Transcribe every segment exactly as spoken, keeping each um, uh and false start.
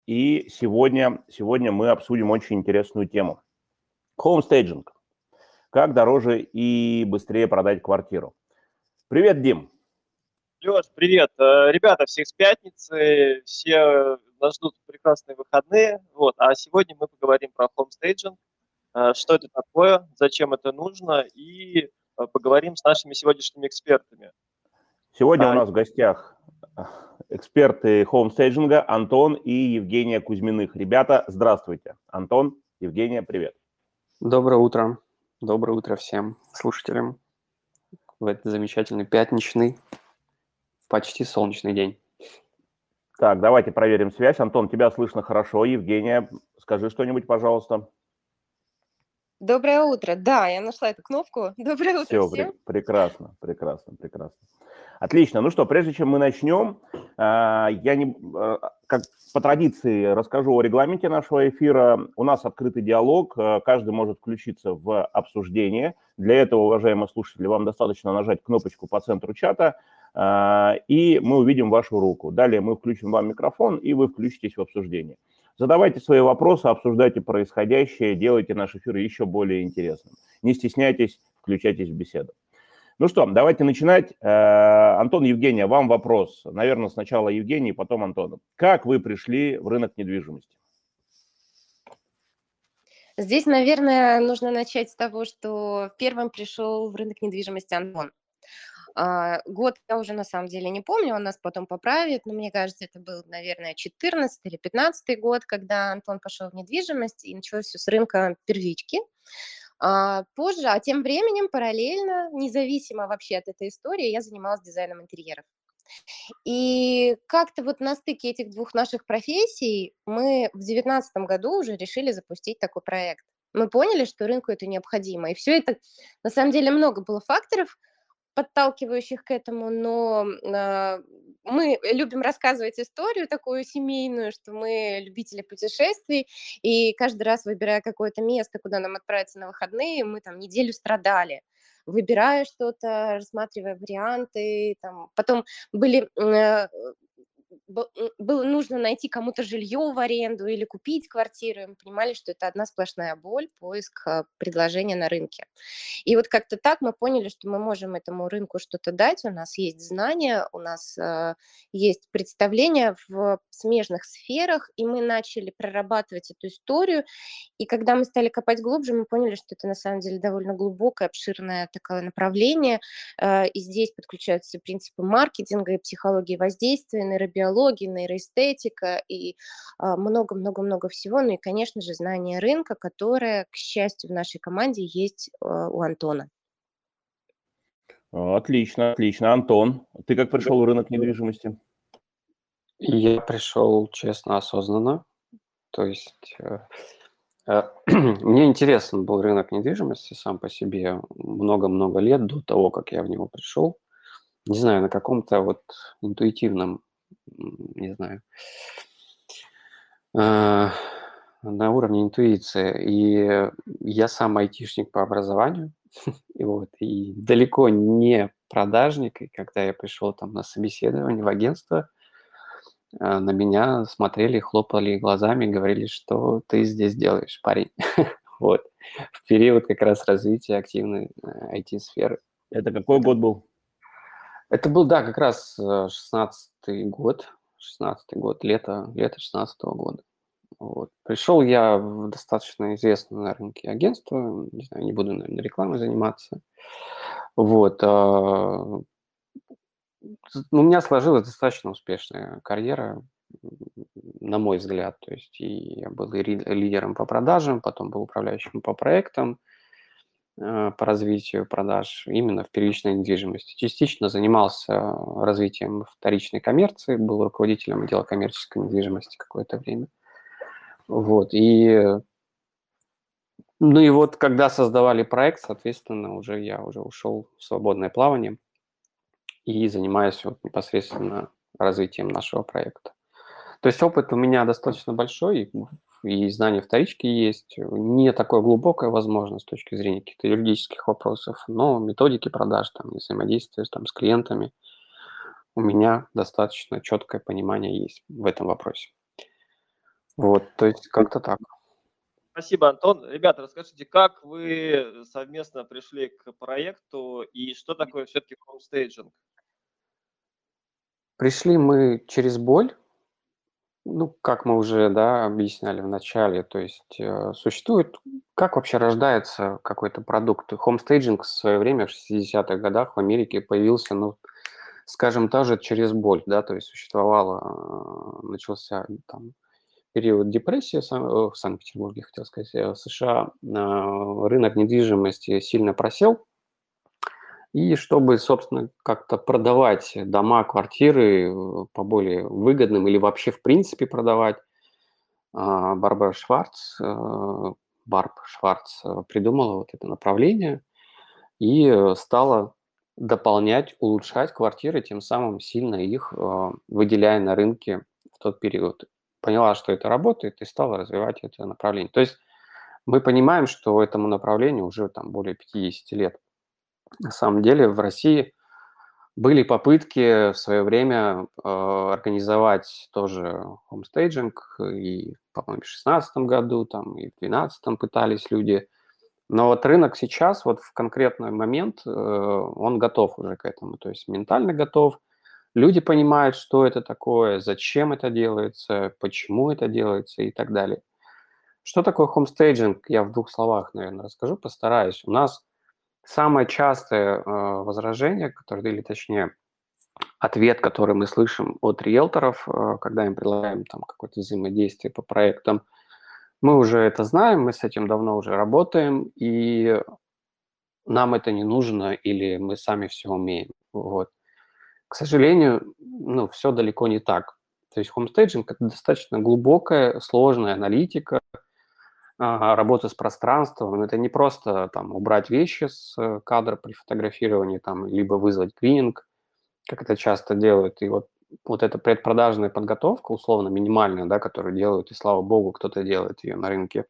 И сегодня, сегодня мы обсудим очень интересную тему. Хоумстейджинг. Как дороже и быстрее продать квартиру. Привет, Дим. Леш, привет. Э, Ребята, всех с пятницы, все нас ждут прекрасные выходные. Вот. А сегодня мы поговорим про хомстейджинг, э, что это такое, зачем это нужно, и э, поговорим с нашими сегодняшними экспертами. Сегодня у А, нас в гостях эксперты хоумстейджинга Антон и Евгения Кузьминых. Ребята, здравствуйте. Антон, Евгения, привет. Доброе утро. Доброе утро всем слушателям в этот замечательный пятничный, почти солнечный день. Так, давайте проверим связь. Антон, тебя слышно хорошо. Евгения, скажи что-нибудь, пожалуйста. Доброе утро. Да, я нашла эту кнопку. Доброе утро Все, всем. пре- прекрасно, прекрасно, прекрасно. Отлично. Ну что, прежде чем мы начнем, а, я не, а, как по традиции расскажу о регламенте нашего эфира. У нас открытый диалог, а, каждый может включиться в обсуждение. Для этого, уважаемые слушатели, вам достаточно нажать кнопочку по центру чата, а, и мы увидим вашу руку. Далее мы включим вам микрофон, и вы включитесь в обсуждение. Задавайте свои вопросы, обсуждайте происходящее, делайте наш эфир еще более интересным. Не стесняйтесь, включайтесь в беседу. Ну что, давайте начинать. Антон, Евгения, вам вопрос. Наверное, сначала Евгений, потом Антону. Как вы пришли в рынок недвижимости? Здесь, наверное, нужно начать с того, что первым пришел в рынок недвижимости Антон. А, Год я уже на самом деле не помню, он нас потом поправит, но мне кажется, это был, наверное, четырнадцатый или пятнадцатый год, когда Антон пошел в недвижимость, и началось все с рынка первички. А позже, а тем временем, параллельно, независимо вообще от этой истории, я занималась дизайном интерьеров. И как-то вот на стыке этих двух наших профессий мы в девятнадцатом году уже решили запустить такой проект. Мы поняли, что рынку это необходимо. И все это, на самом деле, много было факторов, подталкивающих к этому, но а, мы любим рассказывать историю такую семейную, что мы любители путешествий, и каждый раз, выбирая какое-то место, куда нам отправиться на выходные, мы там неделю страдали, выбирая что-то, рассматривая варианты, там, потом были э, б- м, было нужно найти кому-то жилье в аренду или купить квартиру, и мы понимали, что это одна сплошная боль, поиск а, предложения на рынке. И вот как-то так мы поняли, что мы можем этому рынку что-то дать, у нас есть знания, у нас а, есть представления в смежных сферах, и мы начали прорабатывать эту историю, и когда мы стали копать глубже, мы поняли, что это на самом деле довольно глубокое, обширное такое направление, э, и здесь подключаются принципы маркетинга и психологии воздействия, нейробиологии, нейроэстетика и а, много-много-много всего. Ну и, конечно же, знание рынка, которое, к счастью, в нашей команде есть э, у Антона. Отлично, отлично. Антон, ты как пришел в рынок недвижимости? Я пришел честно, осознанно. То есть э, э, мне интересен был рынок недвижимости сам по себе много-много лет до того, как я в него пришел. Не знаю, на каком-то вот интуитивном, м, не знаю, э, на уровне интуиции. И я сам айтишник по образованию. И вот, и далеко не продажник, и когда я пришел там на собеседование в агентство, а, на меня смотрели, хлопали глазами, говорили, что ты здесь делаешь, парень. Вот. В период как раз развития активной э, ай ти-сферы. Это какой год был? Это был, да, как раз э, шестнадцатый год, шестнадцатый год, лето, лето шестнадцатого года. Вот. Пришел я в достаточно известное на рынке агентство, не знаю, не буду, наверное, рекламой заниматься. Вот. а, з- У меня сложилась достаточно успешная карьера, м, на мой взгляд. То есть и я был и ри- лидером по продажам, потом был управляющим по проектам, э, по развитию продаж именно в первичной недвижимости. Частично занимался развитием вторичной коммерции, был руководителем отдела коммерческой недвижимости какое-то время. Вот. И Ну и вот когда создавали проект, соответственно, уже я уже ушел в свободное плавание и занимаюсь вот непосредственно развитием нашего проекта. То есть опыт у меня достаточно большой, и знания вторички есть. Не такое глубокое, возможно, с точки зрения каких-то юридических вопросов, но методики продаж, там, и взаимодействия там, с клиентами у меня достаточно четкое понимание есть в этом вопросе. Вот, то есть как-то так. Спасибо, Антон. Ребята, расскажите, как вы совместно пришли к проекту и что такое все-таки хомстейджинг? Пришли мы через боль. Ну, как мы уже, да, объясняли в начале, то есть э, существует, как вообще рождается какой-то продукт. Хомстейджинг в свое время, в шестидесятых годах в Америке появился, ну, скажем, тоже через боль, да, то есть существовало, э, начался там период депрессии в Сан- э, в Санкт-Петербурге, хотел сказать, э, в США, э, рынок недвижимости сильно просел, и чтобы, собственно, как-то продавать дома, квартиры э, по более выгодным или вообще в принципе продавать, а, Барбара Шварц, э, Барб Шварц э, придумала вот это направление и э, стала дополнять, улучшать квартиры, тем самым сильно их э, выделяя на рынке в тот период. Поняла, что это работает, и стала развивать это направление. То есть мы понимаем, что этому направлению уже там более пятьдесят лет. На самом деле в России были попытки в свое время э, организовать тоже хомстейджинг, и, по-моему, в шестнадцатом году, там, и в двенадцатом пытались люди. Но вот рынок сейчас, вот в конкретный момент, э, он готов уже к этому, то есть ментально готов. Люди понимают, что это такое, зачем это делается, почему это делается и так далее. Что такое хомстейджинг? Я в двух словах, наверное, расскажу, постараюсь. У нас самое частое э, возражение, которое, или точнее, ответ, который мы слышим от риэлторов, э, когда им предлагаем там какое-то взаимодействие по проектам, мы уже это знаем, мы с этим давно уже работаем, и нам это не нужно, или мы сами все умеем. Вот. К сожалению, ну, все далеко не так. То есть хомстейджинг – это достаточно глубокая, сложная аналитика, а, работа с пространством. Это не просто там убрать вещи с э, кадра при фотографировании, там, либо вызвать клининг, как это часто делают. И вот, вот эта предпродажная подготовка, условно минимальная, да, которую делают, и слава богу, кто-то делает ее на рынке,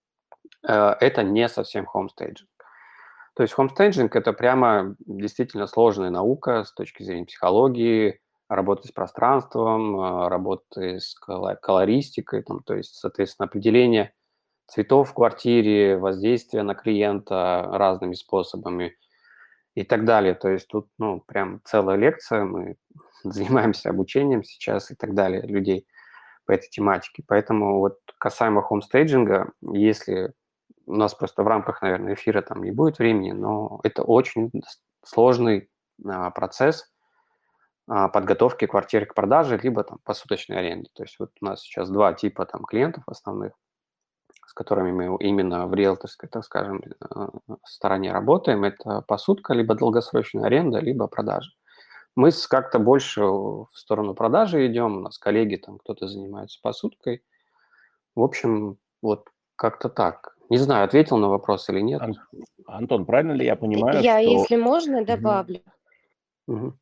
э, это не совсем хомстейджинг. То есть хомстейджинг – это прямо действительно сложная наука с точки зрения психологии, работы с пространством, э, работы с коло- колористикой, там, то есть, соответственно, определение цветов в квартире, воздействие на клиента разными способами и так далее. То есть тут, ну, прям целая лекция, мы занимаемся обучением сейчас и так далее людей по этой тематике. Поэтому вот касаемо хомстейджинга, если у нас просто в рамках, наверное, эфира там не будет времени, но это очень сложный а, процесс а, подготовки квартиры к продаже, либо там посуточной аренды. То есть вот у нас сейчас два типа там клиентов основных, с которыми мы именно в риэлторской, так скажем, э, стороне работаем. Это посутка, либо долгосрочная аренда, либо продажа. Мы с как-то больше в сторону продажи идем, у нас коллеги, там кто-то занимается посудкой. В общем, вот как-то так. Не знаю, ответил на вопрос или нет. Ан- Антон, правильно ли я понимаю, Я, что... если можно, Мгм. добавлю. Мгм.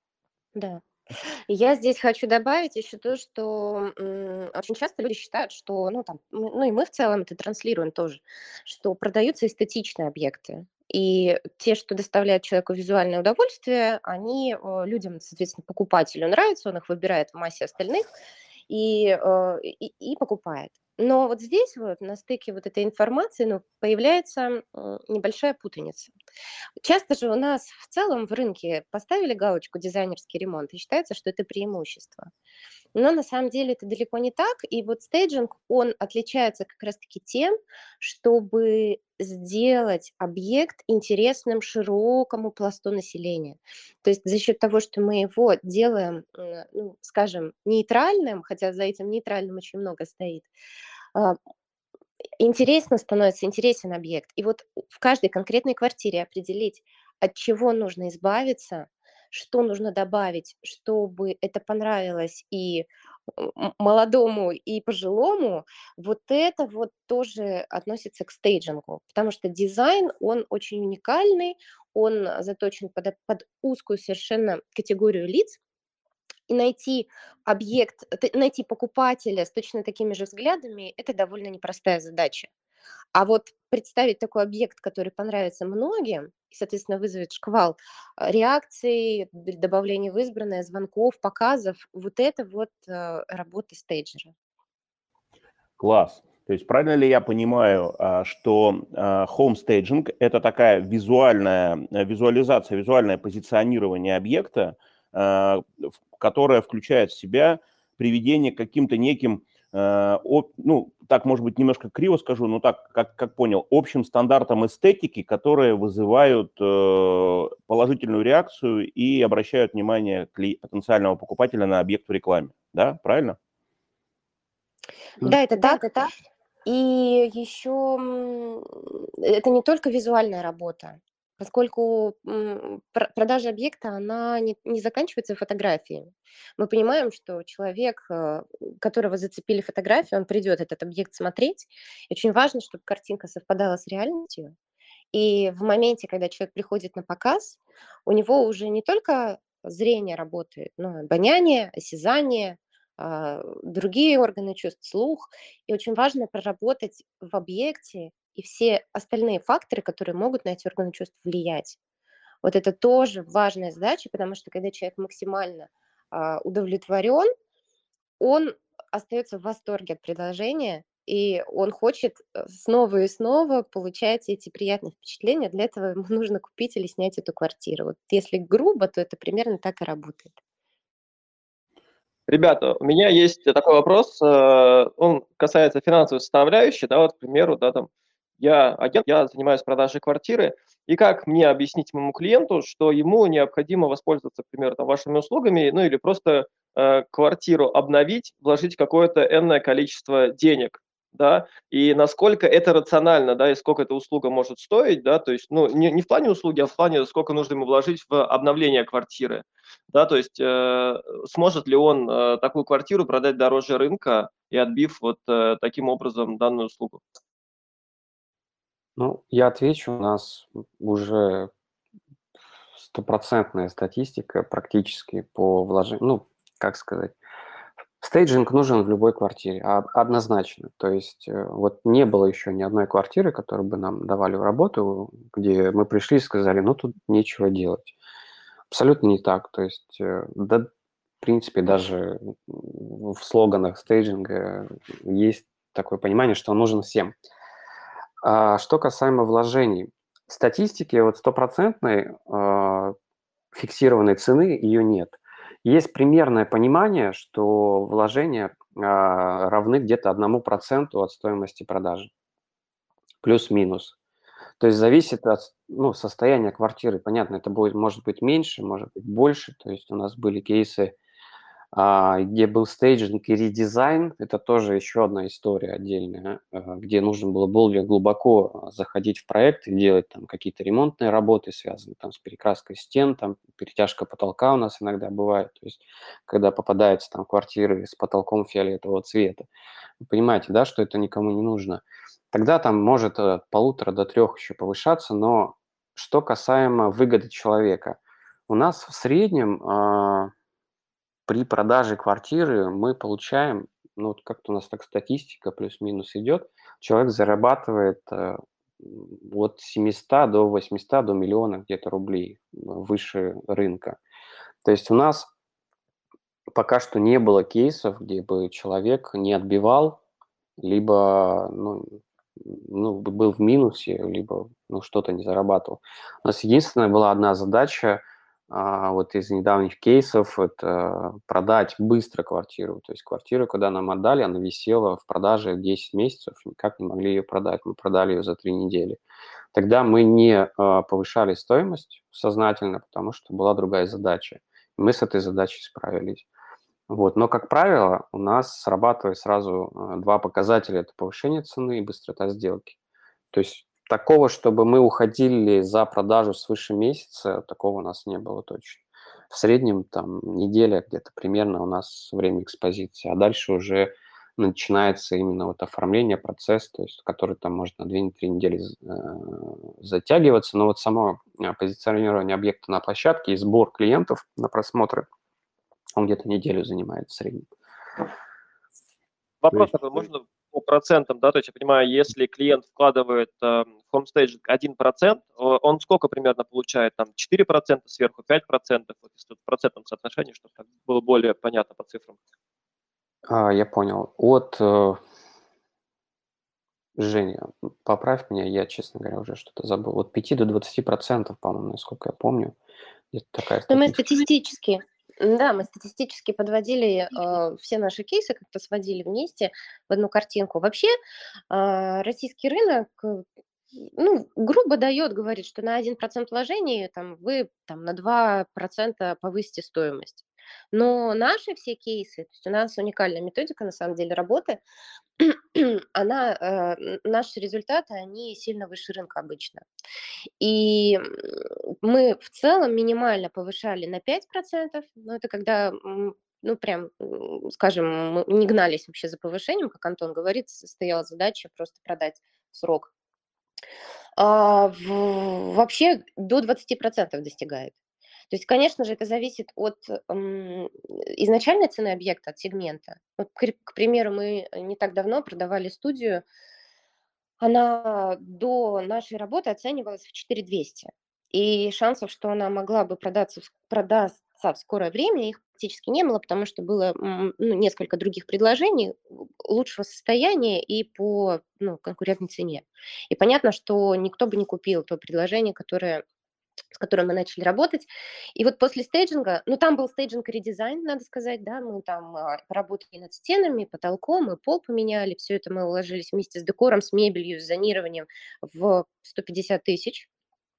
Да. Я здесь хочу добавить еще то, что м, очень часто люди считают, что, ну, там, мы- ну и мы в целом это транслируем тоже, что продаются эстетичные объекты. И те, что доставляют человеку визуальное удовольствие, они э, людям, соответственно, покупателю нравятся, он их выбирает в массе остальных и, э, и, и покупает. Но вот здесь вот на стыке вот этой информации ну, появляется м, небольшая путаница. Часто же у нас в целом в рынке поставили галочку дизайнерский ремонт, и считается, что это преимущество. Но на самом деле это далеко не так. И вот стейджинг, он отличается как раз-таки тем, чтобы сделать объект интересным широкому пласту населения. То есть за счет того, что мы его делаем, э, ну, скажем, нейтральным, хотя за этим нейтральным очень много стоит, а, интересно становится, интересен объект. И вот в каждой конкретной квартире определить, от чего нужно избавиться, что нужно добавить, чтобы это понравилось и м, молодому, и пожилому, вот это вот тоже относится к стейджингу, потому что дизайн, он очень уникальный, он заточен под, под узкую совершенно категорию лиц, и найти объект, т- найти покупателя с точно такими же взглядами, это довольно непростая задача. А вот представить такой объект, который понравится многим и, соответственно, вызовет шквал а, реакций, д- добавлений в избранное, звонков, показов, вот это вот э, работа стейджера. Класс. То есть правильно ли я понимаю, а, что а, home staging – это такая визуальная э, визуализация, визуальное позиционирование объекта, а, в- которое включает в себя приведение к каким-то неким, а, об- ну, так, может быть, немножко криво скажу, но так, как, как понял, общим стандартам эстетики, которые вызывают э, положительную реакцию и обращают внимание кли- потенциального покупателя на объект в рекламе. Да, правильно? Да, это так. И еще это не только визуальная работа, поскольку м, пр- продажа объекта, она не, не заканчивается фотографией. Мы понимаем, что человек, э, которого зацепили фотографии, он придет этот объект смотреть. И очень важно, чтобы картинка совпадала с реальностью. И в моменте, когда человек приходит на показ, у него уже не только зрение работает, но и обоняние, осязание, а, другие органы чувств, слух. И очень важно проработать в объекте и все остальные факторы, которые могут на эти органы чувств влиять. Вот это тоже важная задача, потому что когда человек максимально а, удовлетворен, он остается в восторге от предложения, и он хочет э, снова и снова получать эти приятные впечатления. Для этого ему нужно купить или снять эту квартиру. Вот если грубо, то это примерно так и работает. Ребята, у меня есть такой вопрос, э, он касается финансовой составляющей, да, вот, к примеру, да, там, я агент, я занимаюсь продажей квартиры, и как мне объяснить моему клиенту, что ему необходимо воспользоваться, к примеру, там, вашими услугами, ну, или просто э, квартиру обновить, вложить какое-то энное количество денег, да, и насколько это рационально, да, и сколько эта услуга может стоить, да, то есть, ну, не, не в плане услуги, а в плане, сколько нужно ему вложить в обновление квартиры. Да, то есть э, сможет ли он э, такую квартиру продать дороже рынка и отбив вот э, таким образом данную услугу? Ну, я отвечу, у нас уже стопроцентная статистика практически по вложению, ну, как сказать, стейджинг нужен в любой квартире, а- однозначно. То есть э, вот не было еще ни одной квартиры, которую бы нам давали в работу, где мы пришли и сказали, ну, тут нечего делать. Абсолютно не так. То есть, э, да, в принципе, даже в слоганах стейджинга есть такое понимание, что он нужен всем. А что касаемо вложений, статистики вот стопроцентной а, фиксированной цены ее нет. Есть примерное понимание, что вложения а, равны где-то одному проценту от стоимости продажи, плюс-минус. То есть зависит от ну, состояния квартиры. Понятно, это будет, может быть меньше, может быть больше. То есть у нас были кейсы, а, где был стейджинг и редизайн. Это тоже еще одна история отдельная, а, где нужно было более глубоко а, заходить в проект и делать там какие-то ремонтные работы, связанные там с перекраской стен, там перетяжка потолка у нас иногда бывает. То есть когда попадаются там квартиры с потолком фиолетового цвета. Вы понимаете, да, что это никому не нужно. Тогда там может от полутора до трех еще повышаться, но что касаемо выгоды человека. У нас в среднем а, при продаже квартиры мы получаем, ну вот как-то у нас так статистика плюс-минус идет, человек зарабатывает э, м, от семисот до восьмисот до миллиона где-то рублей э, выше рынка. То есть у нас пока что не было кейсов, где бы человек не отбивал, либо ну, ну, был в минусе, либо ну, что-то не зарабатывал. У нас единственная была одна задача а, вот из недавних кейсов – это продать быстро квартиру. То есть квартиру, когда нам отдали, она висела в продаже десять месяцев, никак не могли ее продать. Мы продали ее за три недели. Тогда мы не а, повышали стоимость сознательно, потому что была другая задача. Мы с этой задачей справились. Вот. Но, как правило, у нас срабатывает сразу э, два показателя – это повышение цены и быстрота сделки. То есть такого, чтобы мы уходили за продажу свыше месяца, такого у нас не было точно. В среднем там неделя где-то примерно у нас время экспозиции, а дальше уже начинается именно вот оформление, процесс, то есть который там может на две-три недели э, затягиваться, но вот само э, позиционирование объекта на площадке и сбор клиентов на просмотры – он где-то неделю занимает в среднем. Вопрос есть- такой, можно по процентам, да, то есть я понимаю, если клиент вкладывает э, в homestaging один процент, э, он сколько примерно получает, там четыре процента сверху, пять процентов, вот если в процентном соотношении, чтобы так было более понятно по цифрам. А, я понял. От, э, Женя, поправь меня, я, честно говоря, уже что-то забыл. От пяти до двадцати процентов, по-моему, насколько я помню. Это такая Но мы статистика. статистически, да, мы статистически подводили э, все наши кейсы, как-то сводили вместе в одну картинку. Вообще э, российский рынок, э, ну, грубо дает, говорит, что на один процент вложений там, вы там, на два процента повысите стоимость. Но наши все кейсы, то есть у нас уникальная методика, на самом деле, работы, она, э, н- наши результаты, они сильно выше рынка обычно. И м, мы в целом минимально повышали на пять процентов, но это когда, м, ну, прям, м, скажем, мы не гнались вообще за повышением, как Антон говорит, с- стояла задача просто продать в срок. А, в- вообще до двадцати процентов достигает. То есть, конечно же, это зависит от м, изначальной цены объекта, от сегмента. Вот, к, к примеру, мы не так давно продавали студию, она до нашей работы оценивалась в четыре двести. И шансов, что она могла бы продаться, в ск- продастся в скорое время, их практически не было, потому что было м, ну, несколько других предложений м, лучшего состояния и по ну, конкурентной цене. И понятно, что никто бы не купил то предложение, которое с которым мы начали работать. И вот после стейджинга, ну там был стейджинг и редизайн, надо сказать, да, мы там а, поработали над стенами, потолком, и пол поменяли, все это мы уложились вместе с декором, с мебелью, с зонированием в сто пятьдесят тысяч.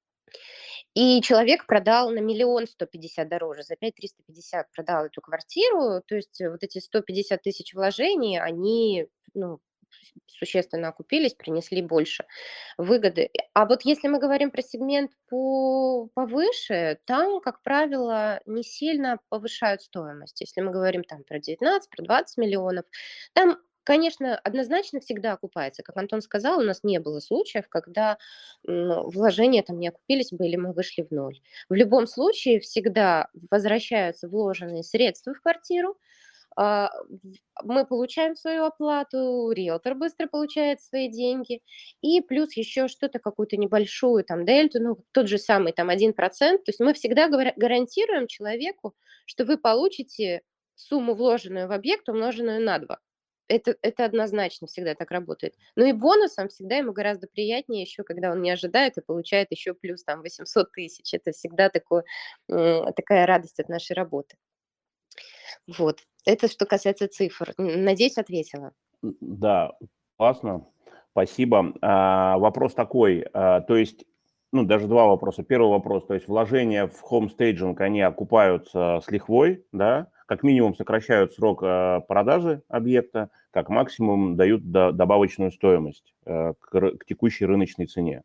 И человек продал на миллион сто пятьдесят дороже, за пять триста пятьдесят продал эту квартиру, то есть э, вот эти сто пятьдесят тысяч вложений, они, ну, существенно окупились, принесли больше выгоды. А вот если мы говорим про сегмент по повыше, там, как правило, не сильно повышают стоимость. Если мы говорим там про девятнадцать, про двадцать миллионов, там, конечно, однозначно всегда окупается. Как Антон сказал, у нас не было случаев, когда м, вложения там не окупились бы или мы вышли в ноль. В любом случае всегда возвращаются вложенные средства в квартиру, а, в- мы получаем свою оплату, риэлтор быстро получает свои деньги, и плюс еще что-то, какую-то небольшую там дельту, ну, тот же самый там один процент. То есть мы всегда говоря- гарантируем человеку, что вы получите сумму, вложенную в объект, умноженную на два. Это, это однозначно всегда так работает. Ну и бонусом всегда ему гораздо приятнее еще, когда он не ожидает и получает еще плюс там восемьсот тысяч. Это всегда такое, м, такая радость от нашей работы. Вот. Это что касается цифр. Н надеюсь, ответила. М, Да, классно, спасибо. А, вопрос такой, а, то есть, ну, даже два вопроса. Первый вопрос, то есть вложения в хомстейджинг, они окупаются с лихвой, да, как минимум сокращают срок а, продажи объекта, как максимум дают до- добавочную стоимость а, к, ры- к текущей рыночной цене.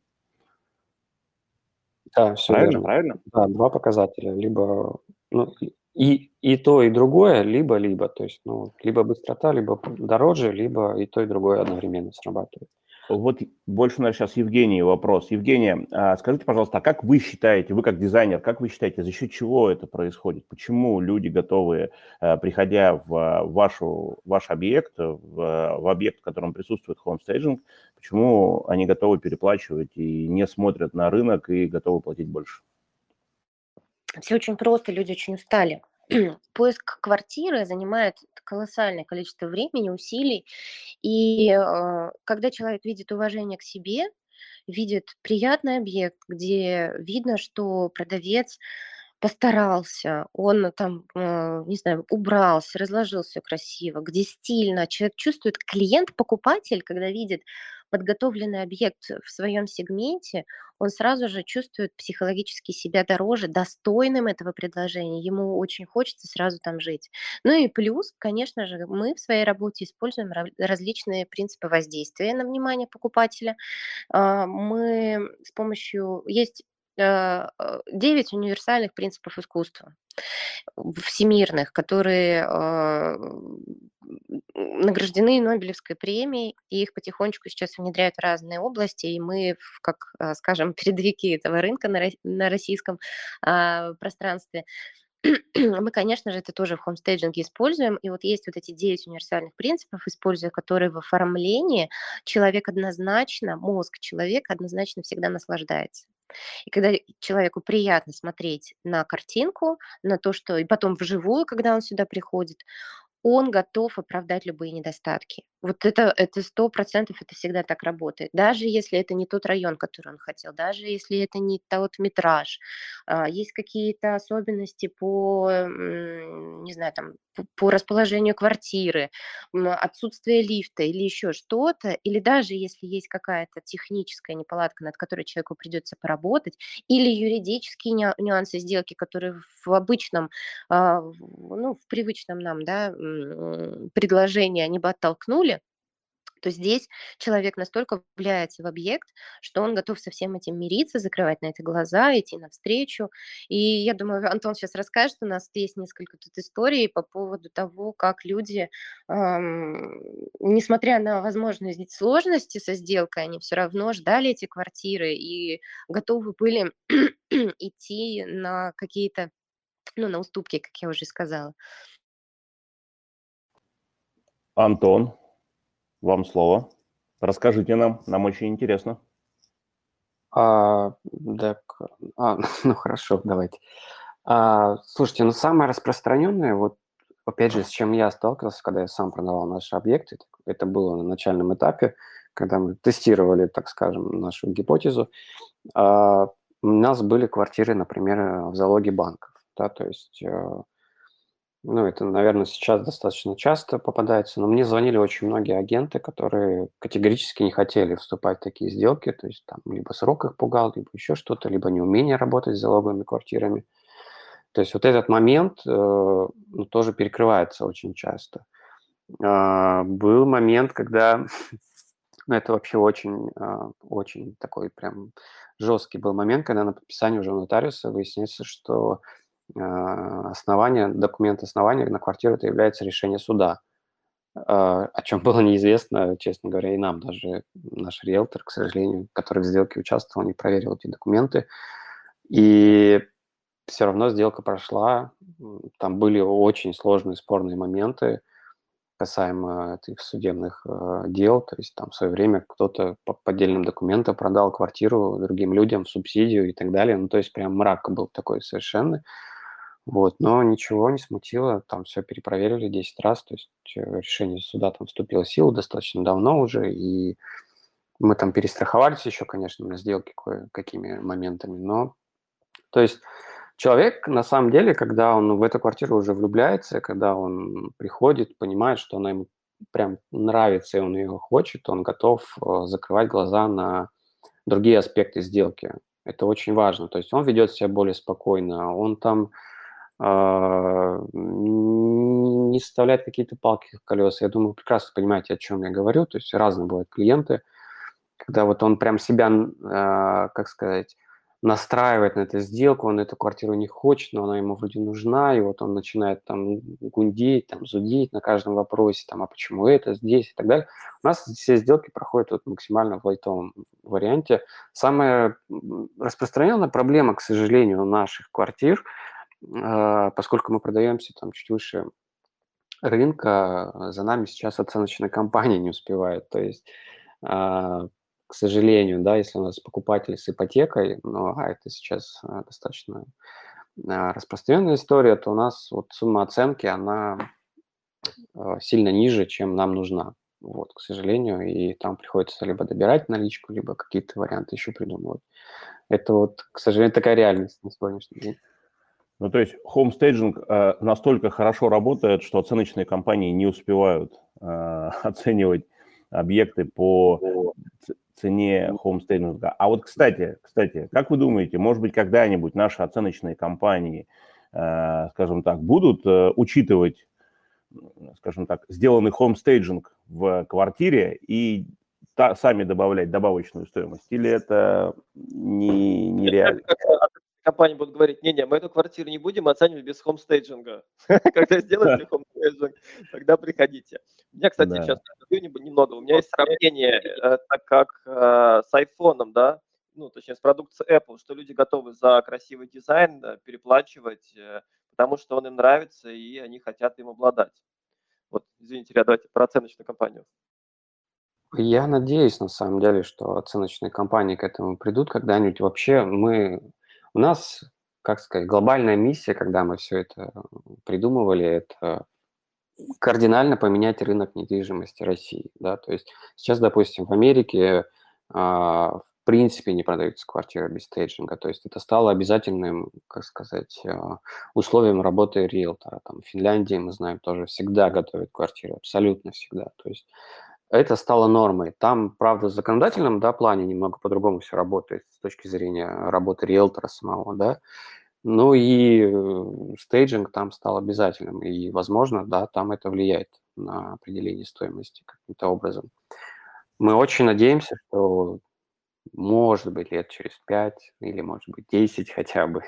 Да, все Правильно, верно. правильно? Да, два показателя. Либо, ну, и и то, и другое, либо-либо. То есть, ну, либо быстрота, либо п дороже, либо и то, и другое одновременно срабатывает. Вот больше, наверное, сейчас Евгении вопрос. Евгения, а скажите, пожалуйста, а как вы считаете, вы как дизайнер, как вы считаете, за счет чего это происходит? Почему люди готовы, э, приходя в а, вашу, ваш объект, в, а, в объект, в котором присутствует homestaging, почему они готовы переплачивать и не смотрят на рынок и готовы платить больше? Все очень просто, люди очень устали. Поиск квартиры занимает колоссальное количество времени, усилий. И, э, когда человек видит уважение к себе, видит приятный объект, где видно, что продавец постарался, он там, э, не знаю, убрался, разложил все красиво, где стильно. Человек чувствует, клиент-покупатель, когда видит подготовленный объект в своем сегменте, он сразу же чувствует психологически себя дороже, достойным этого предложения. Ему очень хочется сразу там жить. Ну и плюс, конечно же, мы в своей работе используем ра- различные принципы воздействия на внимание покупателя. А, Мы с помощью... Есть э, э, девять универсальных принципов искусства всемирных, которые а, награждены Нобелевской премией, и их потихонечку сейчас внедряют в разные области, и мы, в- как, а, скажем, передовики этого рынка на, рос- на российском а, пространстве, мы, конечно же, это тоже в хомстейджинге используем. И вот есть вот эти девять универсальных принципов, используя которые в оформлении, человек однозначно, мозг человека однозначно всегда наслаждается. И когда человеку приятно смотреть на картинку, на то, что и потом вживую, когда он сюда приходит, он готов оправдать любые недостатки. Вот это это сто процентов это всегда так работает. Даже если это не тот район, который он хотел, даже если это не тот метраж. А, есть какие-то особенности по, м, не знаю, там, п по расположению квартиры, м, отсутствие лифта или еще что-то, или даже если есть какая-то техническая неполадка, над которой человеку придется поработать, или юридические нюа нюансы сделки, которые в обычном, а, в ну, в привычном нам, да, м, предложении они бы оттолкнули, то здесь человек настолько влюбляется в объект, что он готов со всем этим мириться, закрывать на это глаза, идти навстречу. И я думаю, Антон сейчас расскажет, у нас есть несколько тут историй по поводу того, как люди, ам, несмотря на возможные сложности со сделкой, они все равно ждали эти квартиры и готовы были идти на какие-то, ну, на уступки, как я уже сказала. Антон, вам слово. Расскажите нам, нам очень интересно. А, так, а, ну хорошо, давайте. А, слушайте, ну самое распространенное, вот опять же, с чем я сталкивался, когда я сам продавал наши объекты, это было на начальном этапе, когда мы тестировали, так скажем, нашу гипотезу. А, у нас были квартиры, например, в залоге банков, да, то есть, э, ну, это, наверное, сейчас достаточно часто попадается, но мне звонили очень многие агенты, которые категорически не хотели вступать в такие сделки, то есть там либо срок их пугал, либо еще что-то, либо неумение работать с залоговыми квартирами. То есть вот этот момент э, ну, тоже перекрывается очень часто. А, был момент, когда, ну, это вообще очень, а, очень такой прям жесткий был момент, когда на подписании уже у нотариуса выясняется, что а, основание, документ основания на квартиру это является решение суда, а, о чем было неизвестно, честно говоря, и нам даже. Наш риэлтор, к сожалению, который в сделке участвовал, не проверил эти документы. И все равно сделка прошла. М, Там были очень сложные спорные моменты касаемо этих судебных э, дел. То есть там в свое время кто-то по поддельным документам продал квартиру другим людям в субсидию и так далее. Ну, то есть прям мрак был такой совершенно. Вот, но ничего не смутило, там все перепроверили десять раз, то есть э, решение суда там вступило в силу достаточно давно уже, и мы там перестраховались еще, конечно, на сделке кое-какими моментами, но, то есть человек, на самом деле, когда он в эту квартиру уже влюбляется, когда он приходит, понимает, что она ему прям нравится, и он ее хочет, он готов э, закрывать глаза на другие аспекты сделки. Это очень важно. То есть он ведет себя более спокойно, он там а, н- не вставляет какие-то палки в колеса. Я думаю, вы прекрасно понимаете, о чем я говорю. То есть разные бывают клиенты, когда вот он прям себя, н- а, как сказать, настраивает на эту сделку, он эту квартиру не хочет, но она ему вроде нужна, и вот он начинает там гундеть, там зудеть на каждом вопросе, там, а почему это здесь и так далее. У нас все сделки проходят вот максимально в лайтовом варианте. Самая м, распространенная проблема, к сожалению, у наших квартир, а, поскольку мы продаемся там чуть выше рынка, а, за нами сейчас оценочная компания не успевает. То есть, а, к сожалению, да, если у нас покупатель с ипотекой, ну, а это сейчас а, достаточно а, распространенная история, то у нас вот сумма оценки, она а, сильно ниже, чем нам нужна. Вот, к сожалению, и там приходится либо добирать наличку, либо какие-то варианты еще придумывать. Это вот, к сожалению, такая реальность на сегодняшний день. Ну, то есть homestaging э, настолько хорошо работает, что оценочные компании не успевают э, оценивать объекты по ц- цене homestaging. А вот, кстати, кстати, как вы думаете, может быть, когда-нибудь наши оценочные компании, э, скажем так, будут э, учитывать, скажем так, сделанный homestaging в квартире и та- сами добавлять добавочную стоимость? Или это не, нереально? Компании будут говорить, не-не, мы эту квартиру не будем оценивать без хомстейджинга. Когда сделаете хомстейджинг, тогда приходите. У меня, кстати, Да. сейчас немного, у меня есть сравнение, э, так как э, с айфоном, да, ну, точнее, с продукцией Apple, что люди готовы за красивый дизайн э, переплачивать, э, потому что он им нравится, и они хотят им обладать. Вот, извините, ребят, давайте про оценочную компанию. Я надеюсь, на самом деле, что оценочные компании к этому придут когда-нибудь. Вообще мы, у нас, как сказать, глобальная миссия, когда мы все это придумывали, это кардинально поменять рынок недвижимости России, да, то есть сейчас, допустим, в Америке а, в принципе не продаются квартиры без стейджинга, то есть это стало обязательным, как сказать, а, условием работы риэлтора. Там в Финляндии, мы знаем, тоже всегда готовят квартиры, абсолютно всегда, то есть это стало нормой. Там, правда, в законодательном, да, плане немного по-другому все работает с точки зрения работы риэлтора самого, да, ну и э, стейджинг там стал обязательным, и, возможно, да, там это влияет на определение стоимости каким-то образом. Мы очень надеемся, что, может быть, лет через пять или, может быть, десять хотя бы,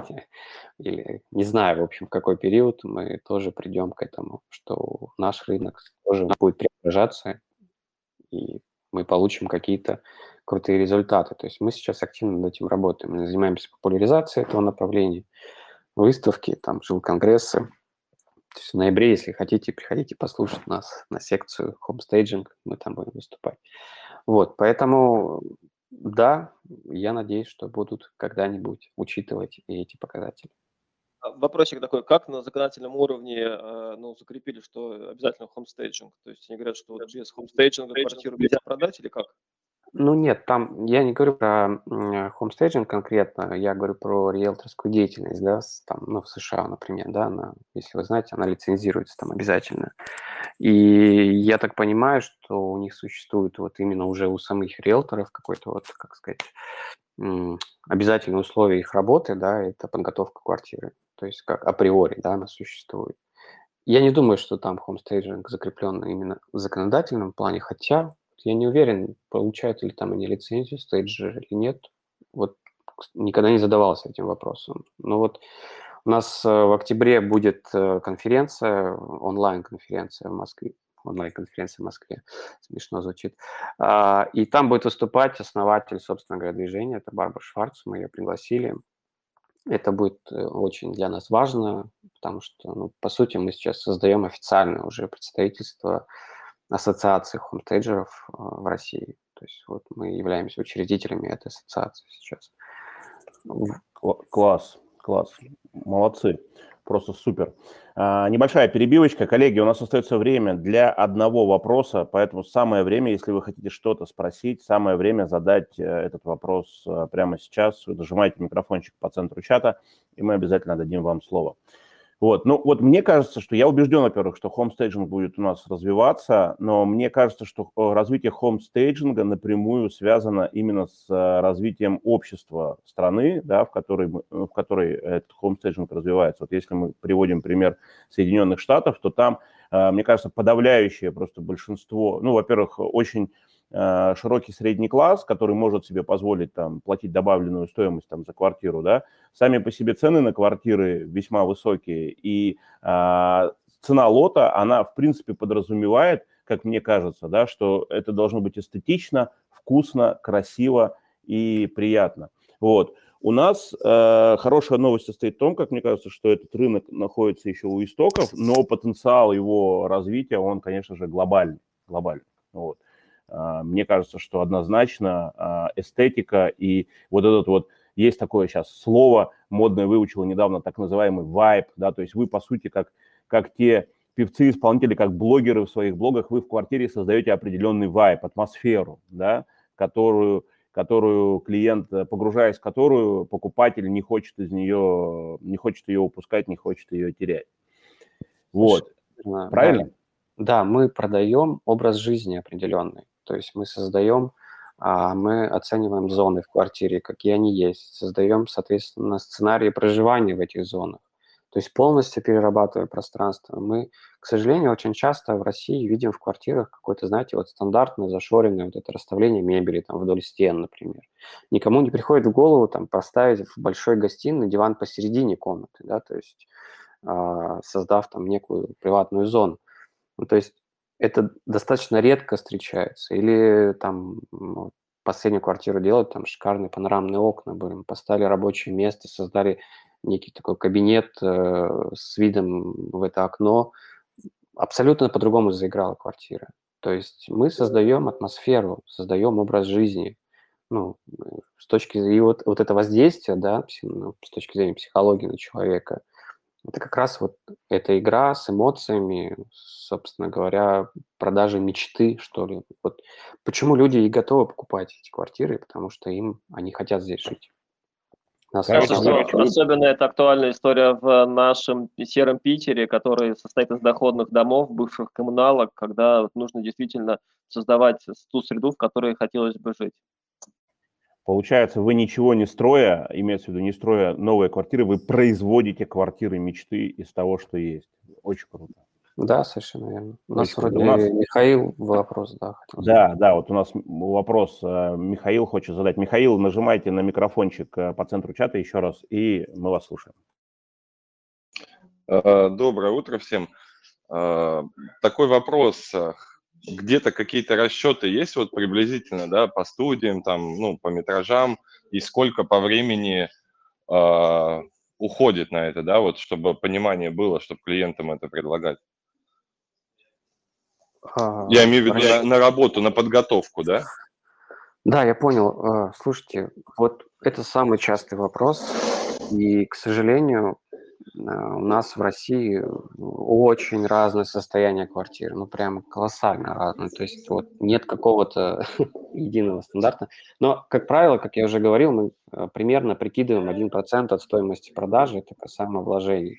или не знаю, в общем, в какой период мы тоже придем к этому, что наш рынок тоже будет преображаться, и мы получим какие-то крутые результаты. То есть мы сейчас активно над этим работаем. Мы занимаемся популяризацией этого направления, выставки, там, жилконгрессы. То есть в ноябре, если хотите, приходите послушать нас на секцию Homestaging, мы там будем выступать. Вот, поэтому, да, я надеюсь, что будут когда-нибудь учитывать и эти показатели. А, Вопросик такой, как на законодательном уровне э, ну, закрепили, что обязательно хомстейджинг? То есть они говорят, что вот без хомстейджинга квартиру нельзя продать или как? Ну нет, там я не говорю про хомстейджинг конкретно, я говорю про риэлторскую деятельность, да, с- там, ну, в США, например, да, она, если вы знаете, она лицензируется там обязательно. И я так понимаю, что у них существует вот именно уже у самих риэлторов какой-то вот, как сказать, м, обязательное условие их работы, да, это подготовка квартиры. То есть как априори, да, она существует. Я не думаю, что там хомстейджинг закреплен именно в законодательном плане, хотя я не уверен, получают ли там они лицензию стейджер или нет. Вот кс- никогда не задавался этим вопросом. Но вот у нас э, в октябре будет э, конференция, онлайн-конференция в Москве, онлайн-конференция в Москве, смешно звучит. А, И там будет выступать основатель, собственно говоря, движения, это Барбара Шварц, мы ее пригласили. Это будет э, очень для нас важно, потому что, ну, по сути, мы сейчас создаем официальное уже представительство ассоциации хомстейджеров э, в России. То есть вот мы являемся учредителями этой ассоциации сейчас. В- Кла- Класс, класс. Молодцы. Просто супер. А, небольшая перебивочка. Коллеги, у нас остается время для одного вопроса, поэтому самое время, если вы хотите что-то спросить, самое время задать э, этот вопрос э, прямо сейчас. Вы нажимаете микрофончик по центру чата, и мы обязательно дадим вам слово. Вот, ну вот мне кажется, что я убежден, во-первых, что хомстейджинг будет у нас развиваться, но мне кажется, что э, развитие хомстейджинга напрямую связано именно с э, развитием общества страны, да, в которой, мы- в которой этот хомстейджинг развивается. Вот если мы приводим пример Соединенных Штатов, то там, э, мне кажется, подавляющее просто большинство, ну, во-первых, очень э, широкий средний класс, который может себе позволить там платить добавленную стоимость там за квартиру, да, сами по себе цены на квартиры весьма высокие, и а, цена лота, она, в принципе, подразумевает, как мне кажется, да, что это должно быть эстетично, вкусно, красиво и приятно. Вот. У нас э, хорошая новость состоит в том, как мне кажется, что этот рынок находится еще у истоков, но потенциал его развития, он, конечно же, глобальный. глобальный. Вот. А, мне кажется, что однозначно а, эстетика и вот этот вот есть такое сейчас слово, модное выучил недавно, так называемый вайб, да, то есть вы, по сути, как, как те певцы, исполнители, как блогеры в своих блогах, вы в квартире создаете определенный вайб, атмосферу, да, которую, которую клиент, погружаясь в которую, покупатель не хочет из нее, не хочет ее упускать, не хочет ее терять. Вот, Совершенно правильно? Да, да, мы продаем образ жизни определенный. То есть мы создаем, а, мы оцениваем зоны в квартире, какие они есть, создаем, соответственно, сценарии проживания в этих зонах. То есть полностью перерабатывая пространство. Мы, к сожалению, очень часто в России видим в квартирах какое-то, знаете, вот стандартное зашоренное вот это расставление мебели там вдоль стен, например. Никому не приходит в голову там поставить в большой гостиной диван посередине комнаты, да, то есть а, создав там некую приватную зону. Ну, то есть это достаточно редко встречается. Или там м, последнюю квартиру делают, там шикарные панорамные окна были, мы поставили рабочее место, создали некий такой кабинет э, с видом в это окно. Абсолютно по-другому заиграла квартира. То есть мы создаем атмосферу, создаем образ жизни. Ну, э, с точки зрения и вот, вот это воздействие, да, пси- ну, с точки зрения психологии на человека, Это как раз вот эта игра с эмоциями, собственно говоря, продажа мечты, что ли. Вот почему люди и готовы покупать эти квартиры, потому что им они хотят здесь жить. Нас Короче, Кажется, очень- что особенно это актуальная история в нашем сером Питере, который состоит из доходных домов, бывших коммуналок, когда вот нужно действительно создавать ту среду, в которой хотелось бы жить. Получается, вы ничего не строя, имеется в виду не строя новые квартиры, вы производите квартиры мечты из того, что есть. Очень круто. Да, совершенно верно. У нас Очень круто. вроде У нас- Михаил вопрос, да, хотел Да, задать. да, вот у нас м- вопрос э, Михаил хочет задать. Михаил, нажимайте на микрофончик э, по центру чата еще раз, и мы вас слушаем. Э, Доброе утро всем. Э, Такой вопрос. э, Где-то какие-то расчеты есть вот приблизительно, да, по студиям, там, ну, по метражам, и сколько по времени э, уходит на это, да, вот, чтобы понимание было, чтобы клиентам это предлагать. А, Я имею в виду расчет- на, на работу, на подготовку, да? Да, я понял. А, Слушайте, вот это самый частый вопрос, и, к сожалению, а, у нас в России очень разное состояние квартир, ну прям колоссально разное. То есть вот нет какого-то единого стандарта. Но, как правило, как я уже говорил, мы а, примерно прикидываем один процент от стоимости продажи, это касаемо вложений.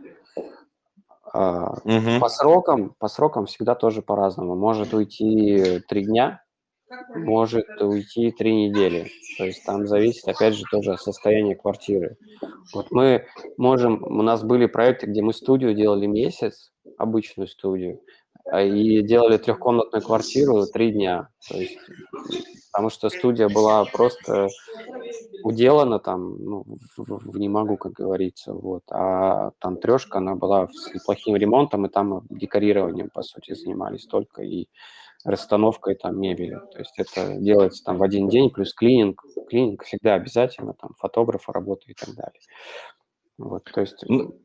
А, Мгм. По срокам, по срокам всегда тоже по-разному. Может уйти три дня, может уйти три недели. То есть там зависит, опять же, тоже от состояния квартиры. Вот мы можем, у нас были проекты, где мы студию делали месяц, обычную студию, а, и делали трехкомнатную квартиру три дня. То есть, потому что студия была просто уделана там, ну, в, в- в не могу, как говорится, вот. А там трешка, она была с неплохим ремонтом, и там декорированием, по сути, занимались только и расстановкой там мебели. То есть это делается там в один день, плюс клининг. Клининг всегда обязательно, там фотографы работают и так далее. Вот, то есть Ну,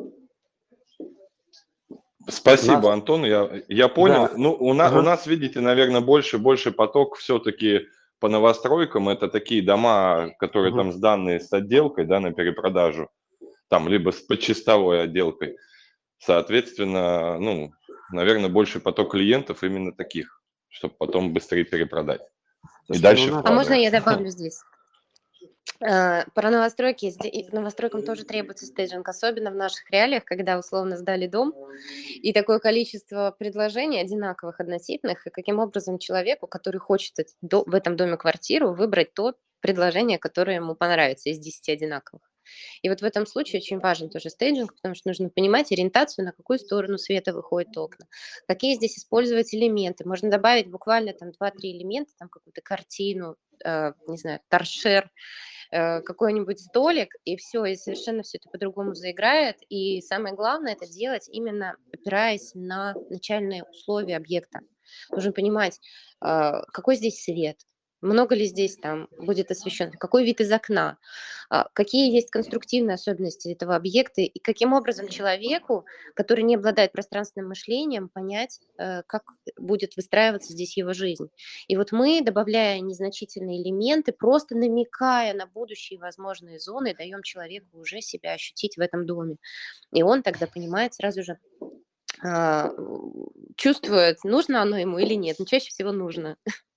Спасибо, нас- Антон, я, я понял. Да. Ну, у, на- Ага. у нас, видите, наверное, больше больше поток все-таки по новостройкам. Это такие дома, которые Мгм. там сданные с отделкой, да, на перепродажу, там либо с подчистовой отделкой. Соответственно, ну, наверное, больше поток клиентов именно таких, чтобы потом быстрее перепродать. И Слушайте, дальше ну, надо- А можно я вкладывать. добавлю здесь? Э, Про новостройки. Зде- и к новостройкам тоже требуется стейджинг, особенно в наших реалиях, когда условно сдали дом, и такое количество предложений одинаковых, относительных, и каким образом человеку, который хочет эт- до- в этом доме квартиру, выбрать то предложение, которое ему понравится из десяти одинаковых. И вот в этом случае очень важен тоже стейджинг, потому что нужно понимать ориентацию, на какую сторону света выходят окна, какие здесь использовать элементы. Можно добавить буквально там два-три элемента, там какую-то картину, э, не знаю, торшер, э, какой-нибудь столик, и все, и совершенно все это по-другому заиграет. И самое главное это делать именно опираясь на начальные условия объекта. Нужно понимать, а, какой здесь свет, много ли здесь там будет освещен, какой вид из окна, а, какие есть конструктивные особенности этого объекта и каким образом человеку, который не обладает пространственным мышлением, понять, э, как будет выстраиваться здесь его жизнь. И вот мы, добавляя незначительные элементы, просто намекая на будущие возможные зоны, даем человеку уже себя ощутить в этом доме. И он тогда понимает сразу же, а, чувствует, нужно оно ему или нет. Но чаще всего нужно.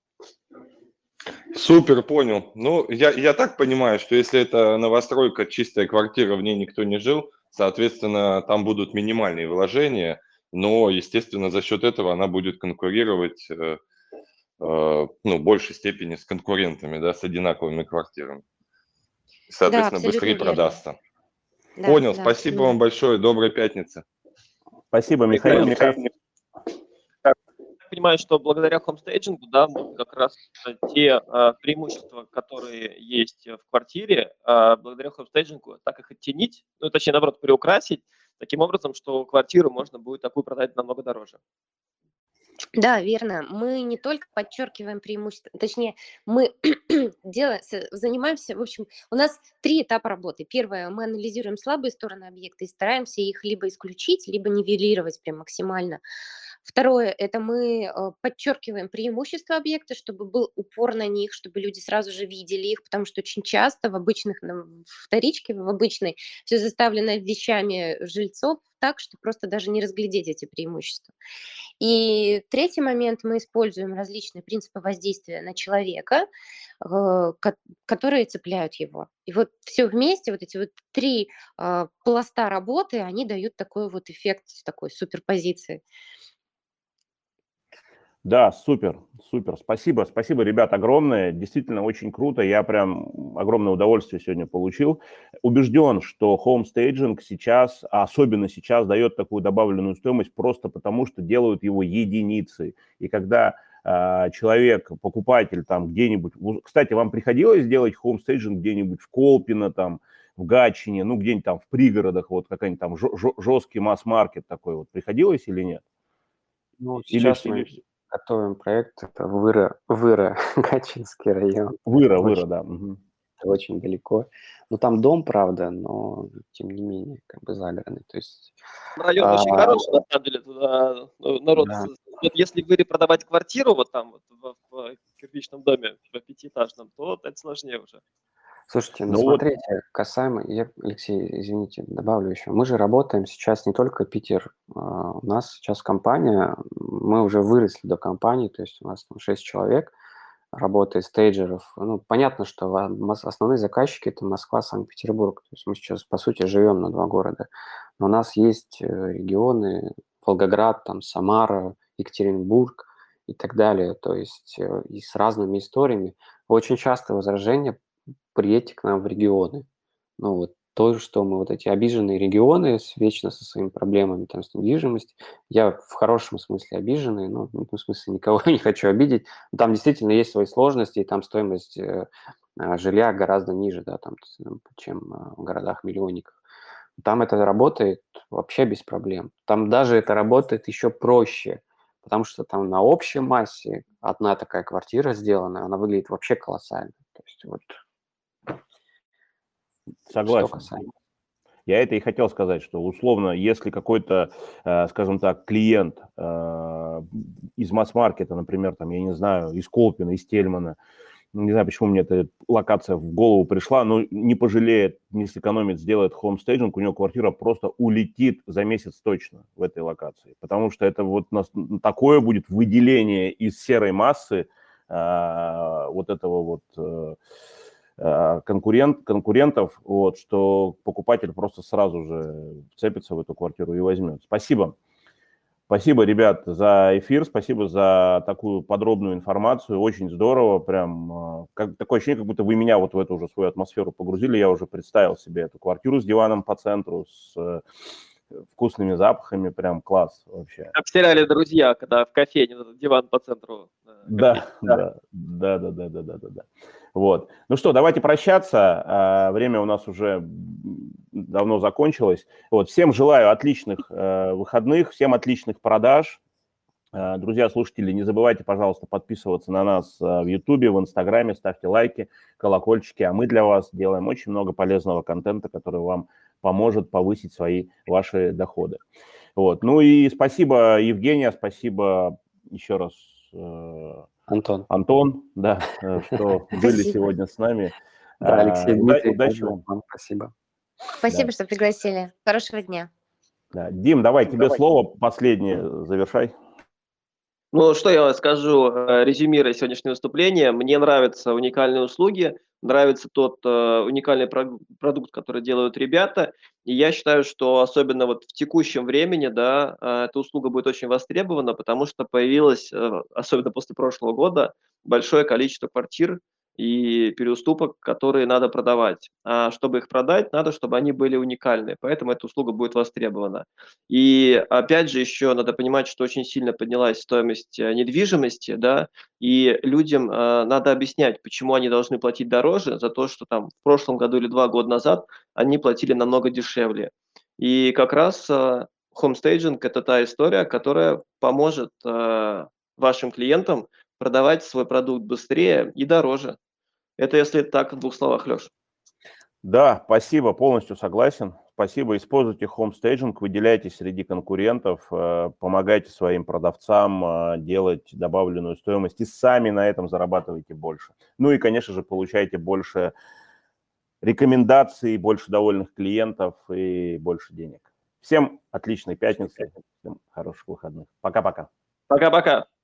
Супер, понял. Ну, я, я так понимаю, что если это новостройка, чистая квартира, в ней никто не жил, соответственно, там будут минимальные вложения, но, естественно, за счет этого она будет конкурировать э, э, ну, в большей степени с конкурентами, да, с одинаковыми квартирами. Да, Соответственно, абсолютно быстрее верно. продастся. Да, Понял, да, спасибо именно. вам большое, доброй пятницы. Спасибо, Михаил. Мне кажется, Я понимаю, что благодаря хомстейджингу, да, мы как раз э, те э, преимущества, которые есть в квартире, э, благодаря хомстейджингу так их оттенить, ну, точнее, наоборот, приукрасить, таким образом, что квартиру можно будет такую продать намного дороже. Да, верно. Мы не только подчеркиваем преимущества, точнее, мы делаем, с- занимаемся, в общем, у нас три этапа работы. Первое, мы анализируем слабые стороны объекта и стараемся их либо исключить, либо нивелировать прям максимально. Второе, это мы э, подчеркиваем преимущества объекта, чтобы был упор на них, чтобы люди сразу же видели их, потому что очень часто в обычных, на- в вторичке, в обычной, все заставлено вещами жильцов так, что просто даже не разглядеть эти преимущества. И третий момент, мы используем различные принципы воздействия на человека, э, ко- которые цепляют его. И вот все вместе, вот эти вот три э, пласта работы, они дают такой вот эффект такой суперпозиции. Да, супер, супер. Спасибо, спасибо, ребят, огромное. Действительно очень круто. Я прям огромное удовольствие сегодня получил. Убежден, что home staging сейчас, а особенно сейчас, дает такую добавленную стоимость просто потому, что делают его единицы. И когда э, человек, покупатель там где-нибудь... Кстати, вам приходилось делать home staging где-нибудь в Колпино, там, в Гатчине, ну, где-нибудь там в пригородах, вот какой-нибудь там жесткий масс-маркет такой вот. Приходилось или нет? Ну, Или, сейчас мы готовим проект, это Выра, Выра, Гатчинский район. Выра, Это Выра, очень, да. Угу. это очень далеко. Ну, там дом, правда, но тем не менее, как бы загородный. То есть, Район очень а, хороший, на самом деле, туда ну, народ... да. с- Вот если вы продавать квартиру вот там вот в, в кирпичном доме, в пятиэтажном, то это сложнее уже. Слушайте, ну Ну вот, смотрите, касаемо, я, Алексей, извините, добавлю еще. Мы же работаем сейчас не только Питер. а, У нас сейчас компания, мы уже выросли до компании, то есть у нас там шесть человек работает, стейджеров. Ну, понятно, что ва- мос- основные заказчики – это Москва, Санкт-Петербург. То есть мы сейчас, по сути, живем на два города. Но у нас есть э, регионы, Волгоград, там, Самара, Екатеринбург и так далее. То есть э, и с разными историями. Очень часто возражения: приедьте к нам в регионы. Ну вот то, что мы вот эти обиженные регионы с, вечно со своими проблемами там с недвижимостью. Я в хорошем смысле обиженный, ну, в этом смысле никого не хочу обидеть. Там действительно есть свои сложности, и там стоимость э, а, жилья гораздо ниже, да, там, чем а, в городах-миллионниках. Там это работает вообще без проблем. Там даже это работает еще проще, потому что там на общей массе одна такая квартира сделана, она выглядит вообще колоссально. То есть вот что согласен. касаемо. Я это и хотел сказать, что условно, если какой-то, э, скажем так, клиент э, из масс-маркета, например, там, я не знаю, из Колпина, из Тельмана, ну, не знаю, почему мне эта локация в голову пришла, но не пожалеет, не сэкономит, сделает хомстейджинг, у него квартира просто улетит за месяц точно в этой локации, потому что это вот нас, такое будет выделение из серой массы э, вот этого вот... Э, конкурент, конкурентов, вот, что покупатель просто сразу же вцепится в эту квартиру и возьмет. Спасибо. Спасибо, ребят, за эфир, спасибо за такую подробную информацию, очень здорово, прям как, такое ощущение, как будто вы меня вот в эту уже свою атмосферу погрузили, я уже представил себе эту квартиру с диваном по центру, с вкусными запахами, прям класс вообще. Как в сериале «Друзья», когда в кофейне этот диван по центру. Да, да, да, да, да, да, да, да, да. Вот. Ну что, давайте прощаться. Время у нас уже давно закончилось. Вот. Всем желаю отличных выходных, всем отличных продаж. Друзья, слушатели, не забывайте, пожалуйста, подписываться на нас в Ютубе, в Инстаграме, ставьте лайки, колокольчики, а мы для вас делаем очень много полезного контента, который вам поможет повысить свои ваши доходы. Вот. Ну и спасибо, Евгения, спасибо еще раз, Антон. Антон, да, что были сегодня с нами. Да, Алексей, Дмитрий, удачи вам. вам спасибо. Спасибо, что пригласили. Хорошего дня. Да. Дим, давай тебе Давай. слово последнее, завершай. Ну, что я скажу, резюмируя сегодняшнее выступление. Мне нравятся уникальные услуги, нравится тот э, уникальный про- продукт, который делают ребята. И я считаю, что особенно вот в текущем времени, да, э, эта услуга будет очень востребована, потому что появилось, э, особенно после прошлого года, большое количество квартир и переуступок, которые надо продавать. А чтобы их продать, надо, чтобы они были уникальны. Поэтому эта услуга будет востребована. И опять же еще надо понимать, что очень сильно поднялась стоимость э, недвижимости, да, и людям э, надо объяснять, почему они должны платить дороже за то, что там в прошлом году или два года назад они платили намного дешевле. И как раз э, homestaging – это та история, которая поможет э, вашим клиентам продавать свой продукт быстрее и дороже. Это если так в двух словах, Леш. Да, спасибо, полностью согласен. спасибо. Используйте HomeStaging, выделяйтесь среди конкурентов, помогайте своим продавцам делать добавленную стоимость и сами на этом зарабатывайте больше. Ну и, конечно же, получайте больше рекомендаций, больше довольных клиентов и больше денег. Всем отличной пятницы, всем хороших выходных. Пока-пока. Пока-пока.